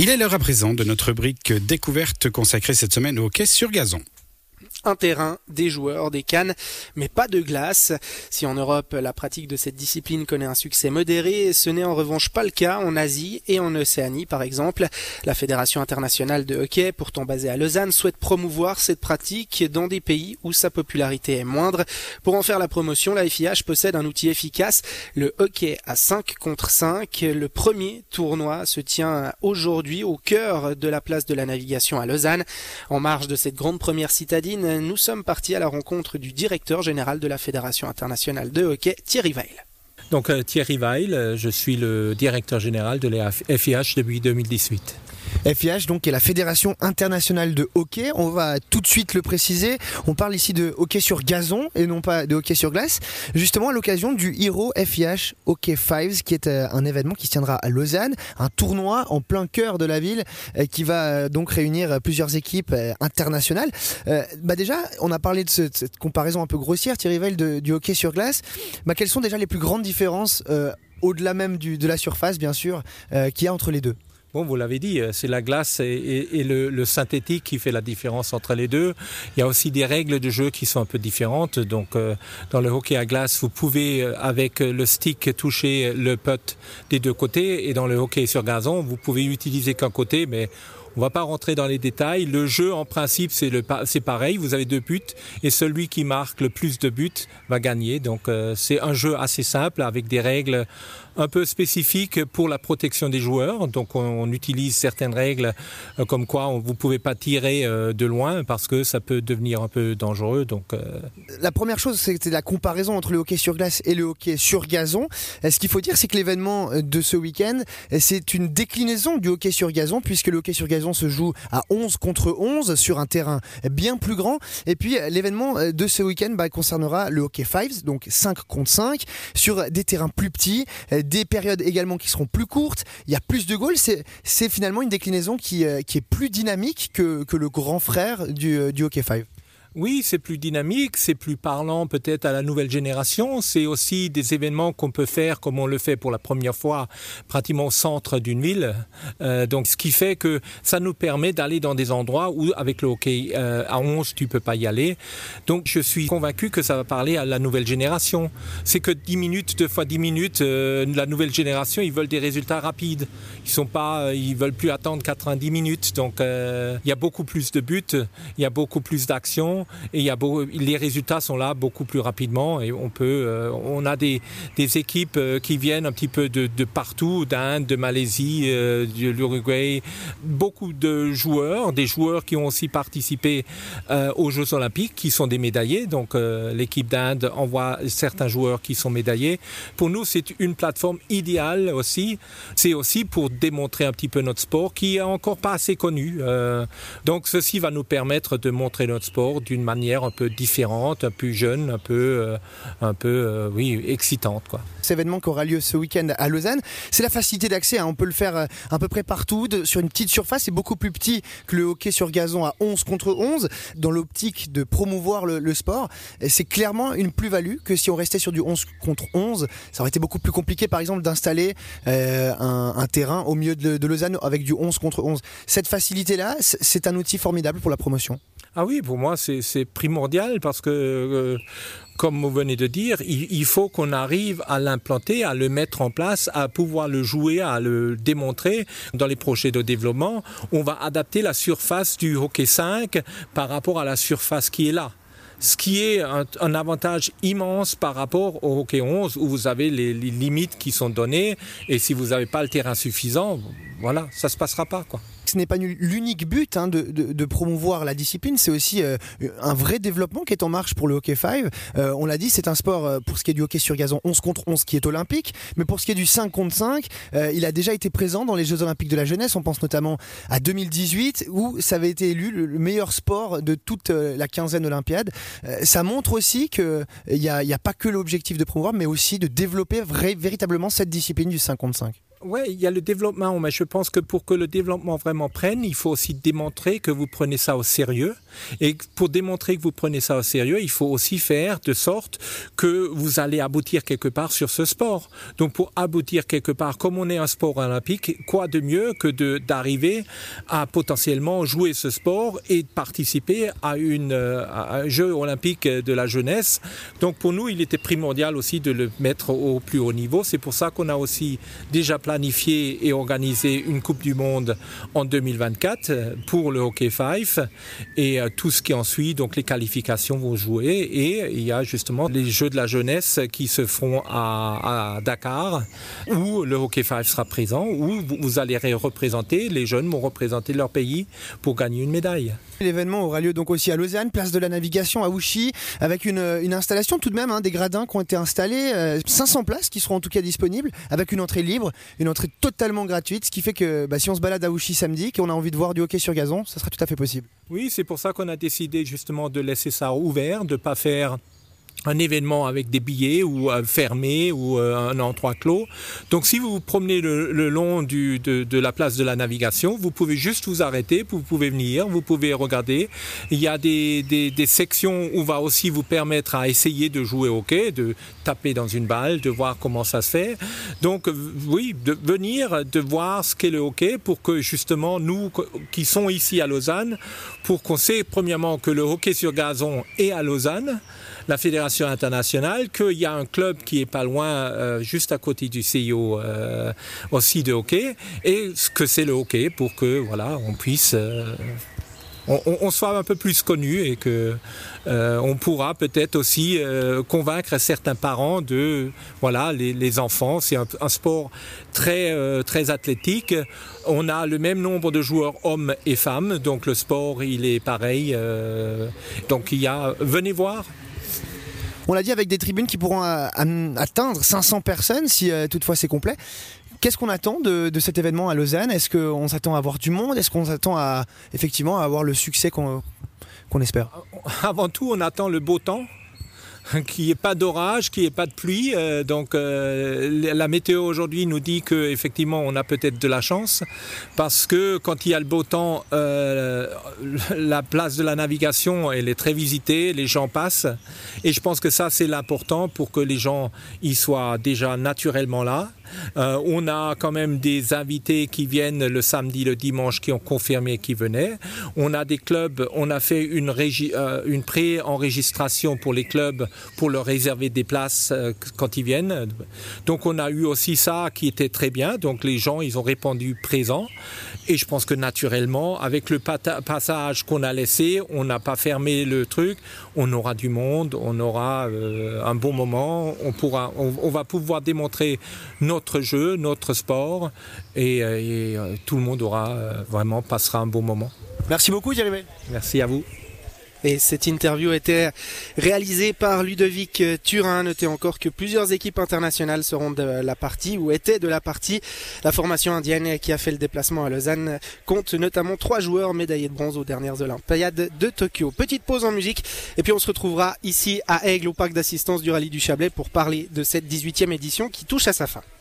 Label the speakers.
Speaker 1: Il est l'heure à présent de notre rubrique découverte consacrée cette semaine au hockey sur gazon.
Speaker 2: Un terrain, des joueurs, des cannes, mais pas de glace. Si en Europe, la pratique de cette discipline connaît un succès modéré, ce n'est en revanche pas le cas en Asie et en Océanie par exemple. La Fédération internationale de hockey, pourtant basée à Lausanne, souhaite promouvoir cette pratique dans des pays où sa popularité est moindre. Pour en faire la promotion, la FIH possède un outil efficace, le hockey à 5 contre 5. Le premier tournoi se tient aujourd'hui au cœur de la place de la Navigation à Lausanne. En marge de cette grande première citadine, nous sommes partis à la rencontre du directeur général de la Fédération internationale de hockey, Thierry Weil.
Speaker 3: Donc Thierry Weil, je suis le directeur général de la FIH depuis 2018.
Speaker 4: FIH donc est la Fédération internationale de hockey, on va tout de suite le préciser, on parle ici de hockey sur gazon et non pas de hockey sur glace, justement à l'occasion du Hero FIH Hockey Fives qui est un événement qui se tiendra à Lausanne, un tournoi en plein cœur de la ville qui va donc réunir plusieurs équipes internationales. Déjà on a parlé de cette comparaison un peu grossière Thierry Weil du hockey sur glace, quelles sont déjà les plus grandes différences au-delà même de la surface bien sûr qu'il y a entre les deux?
Speaker 3: Bon, vous l'avez dit, c'est la glace et le synthétique qui fait la différence entre les deux. Il y a aussi des règles de jeu qui sont un peu différentes. Donc, dans le hockey à glace, vous pouvez, avec le stick, toucher le puck des deux côtés. Et dans le hockey sur gazon, vous pouvez utiliser qu'un côté, mais on ne va pas rentrer dans les détails. Le jeu, en principe, c'est pareil. Vous avez 2 buts et celui qui marque le plus de buts va gagner. Donc, c'est un jeu assez simple avec des règles un peu spécifiques pour la protection des joueurs. Donc, on utilise certaines règles comme quoi vous ne pouvez pas tirer de loin parce que ça peut devenir un peu dangereux. Donc,
Speaker 4: La première chose, c'était la comparaison entre le hockey sur glace et le hockey sur gazon. Ce qu'il faut dire, c'est que l'événement de ce week-end, c'est une déclinaison du hockey sur gazon puisque le hockey sur gazon se joue à 11 contre 11 sur un terrain bien plus grand. Et puis, l'événement de ce week-end concernera le hockey fives, donc 5 contre 5, sur des terrains plus petits, des périodes également qui seront plus courtes, il y a plus de goals, c'est finalement une déclinaison qui est plus dynamique que le grand frère du hockey five.
Speaker 3: Oui, c'est plus dynamique, c'est plus parlant peut-être à la nouvelle génération. C'est aussi des événements qu'on peut faire comme on le fait pour la première fois pratiquement au centre d'une ville. Donc, ce qui fait que ça nous permet d'aller dans des endroits où avec le hockey à 11, tu peux pas y aller. Donc, je suis convaincu que ça va parler à la nouvelle génération. C'est que 10 minutes, 2 fois 10 minutes, la nouvelle génération, ils veulent des résultats rapides. Ils veulent plus attendre 90 minutes. Donc, il y a beaucoup plus de buts, il y a beaucoup plus d'actions. Et les résultats sont là beaucoup plus rapidement et on a des équipes qui viennent un petit peu de partout, d'Inde, de Malaisie, de l'Uruguay, beaucoup de joueurs, des joueurs qui ont aussi participé aux Jeux Olympiques, qui sont des médaillés. Donc l'équipe d'Inde envoie certains joueurs qui sont médaillés. Pour nous, c'est une plateforme idéale aussi. C'est aussi pour démontrer un petit peu notre sport qui est encore pas assez connu. Donc ceci va nous permettre de montrer notre sport d'une manière un peu différente, un peu jeune, un peu excitante, quoi.
Speaker 4: Cet événement qui aura lieu ce week-end à Lausanne, c'est la facilité d'accès. On peut le faire à peu près partout, sur une petite surface. C'est beaucoup plus petit que le hockey sur gazon à 11 contre 11. Dans l'optique de promouvoir le sport, c'est clairement une plus-value que si on restait sur du 11 contre 11. Ça aurait été beaucoup plus compliqué, par exemple, d'installer un terrain au milieu de Lausanne avec du 11 contre 11. Cette facilité-là, c'est un outil formidable pour la promotion.
Speaker 3: Ah oui, pour moi, c'est primordial parce que, comme vous venez de dire, il faut qu'on arrive à l'implanter, à le mettre en place, à pouvoir le jouer, à le démontrer. Dans les projets de développement, on va adapter la surface du hockey 5 par rapport à la surface qui est là. Ce qui est un avantage immense par rapport au hockey 11 où vous avez les limites qui sont données et si vous n'avez pas le terrain suffisant, voilà, ça ne se passera pas, quoi.
Speaker 4: Ce n'est pas l'unique but de promouvoir la discipline, c'est aussi un vrai développement qui est en marche pour le hockey 5. On l'a dit, c'est un sport pour ce qui est du hockey sur gazon 11 contre 11 qui est olympique, mais pour ce qui est du 5 contre 5, il a déjà été présent dans les Jeux Olympiques de la jeunesse. On pense notamment à 2018 où ça avait été élu le meilleur sport de toute la quinzaine olympiade. Ça montre aussi qu'il n'y a pas que l'objectif de promouvoir, mais aussi de développer véritablement cette discipline du 5 contre 5.
Speaker 3: Ouais, il y a le développement, mais je pense que pour que le développement vraiment prenne, il faut aussi démontrer que vous prenez ça au sérieux. Et pour démontrer que vous prenez ça au sérieux, il faut aussi faire de sorte que vous allez aboutir quelque part sur ce sport. Donc pour aboutir quelque part, comme on est un sport olympique, quoi de mieux que d'arriver à potentiellement jouer ce sport et de participer à un jeu olympique de la jeunesse. Donc pour nous, il était primordial aussi de le mettre au plus haut niveau. C'est pour ça qu'on a aussi déjà planifié et organisé une Coupe du Monde en 2024 pour le hockey 5 et tout ce qui en suit, donc les qualifications vont jouer et il y a justement les Jeux de la jeunesse qui se feront à Dakar où le hockey 5 sera présent, où vous allez représenter, les jeunes vont représenter leur pays pour gagner une médaille.
Speaker 4: L'événement aura lieu donc aussi à Lausanne, place de la Navigation à Ouchy, avec une installation tout de même, des gradins qui ont été installés, 500 places qui seront en tout cas disponibles, avec une entrée libre, une entrée totalement gratuite, ce qui fait que si on se balade à Ouchy samedi, qu'on a envie de voir du hockey sur gazon, ça sera tout à fait possible.
Speaker 3: Oui, c'est pour ça qu'on a décidé justement de laisser ça ouvert, de ne pas faire un événement avec des billets ou fermé ou un endroit clos. Donc si vous vous promenez le long de la place de la Navigation, vous pouvez juste vous arrêter, vous pouvez venir, vous pouvez regarder. Il y a des sections où va aussi vous permettre à essayer de jouer au hockey, de taper dans une balle, de voir comment ça se fait. Donc oui, de venir, de voir ce qu'est le hockey pour que justement nous qui sommes ici à Lausanne, pour qu'on sait premièrement que le hockey sur gazon est à Lausanne, la Fédération internationale, qu'il y a un club qui est pas loin, juste à côté du CIO aussi de hockey, et ce que c'est le hockey pour que voilà, on puisse on soit un peu plus connu et que on pourra peut-être aussi convaincre certains parents de voilà les enfants, c'est un sport très athlétique. On a le même nombre de joueurs hommes et femmes, donc le sport il est pareil. Donc venez voir.
Speaker 4: On l'a dit, avec des tribunes qui pourront atteindre 500 personnes si toutefois c'est complet. Qu'est-ce qu'on attend de cet événement à Lausanne ? Est-ce qu'on s'attend à avoir du monde ? Est-ce qu'on s'attend effectivement à avoir le succès qu'on espère ?
Speaker 3: Avant tout, on attend le beau temps. Qu'il n'y ait pas d'orage, qu'il n'y ait pas de pluie. Donc la météo aujourd'hui nous dit qu'effectivement on a peut-être de la chance parce que quand il y a le beau temps, la place de la Navigation elle est très visitée, les gens passent et je pense que ça c'est l'important pour que les gens y soient déjà naturellement là. On a quand même des invités qui viennent le samedi, le dimanche qui ont confirmé qu'ils venaient. On a des clubs, on a fait une pré-enregistration pour les clubs pour leur réserver des places quand ils viennent. Donc on a eu aussi ça qui était très bien. Donc les gens, ils ont répondu présents. Et je pense que naturellement, avec le passage qu'on a laissé, on n'a pas fermé le truc, on aura du monde, on aura un bon moment, on va pouvoir démontrer notre jeu, notre sport et tout le monde passera un bon moment.
Speaker 4: Merci beaucoup Thierry.
Speaker 3: Merci à vous.
Speaker 2: Et cette interview a été réalisée par Ludovic Turin. Notez encore que plusieurs équipes internationales seront de la partie ou étaient de la partie. La formation indienne qui a fait le déplacement à Lausanne compte notamment 3 joueurs médaillés de bronze aux dernières Olympiades de Tokyo. Petite pause en musique et puis on se retrouvera ici à Aigle au parc d'assistance du Rallye du Chablais pour parler de cette 18e édition qui touche à sa fin.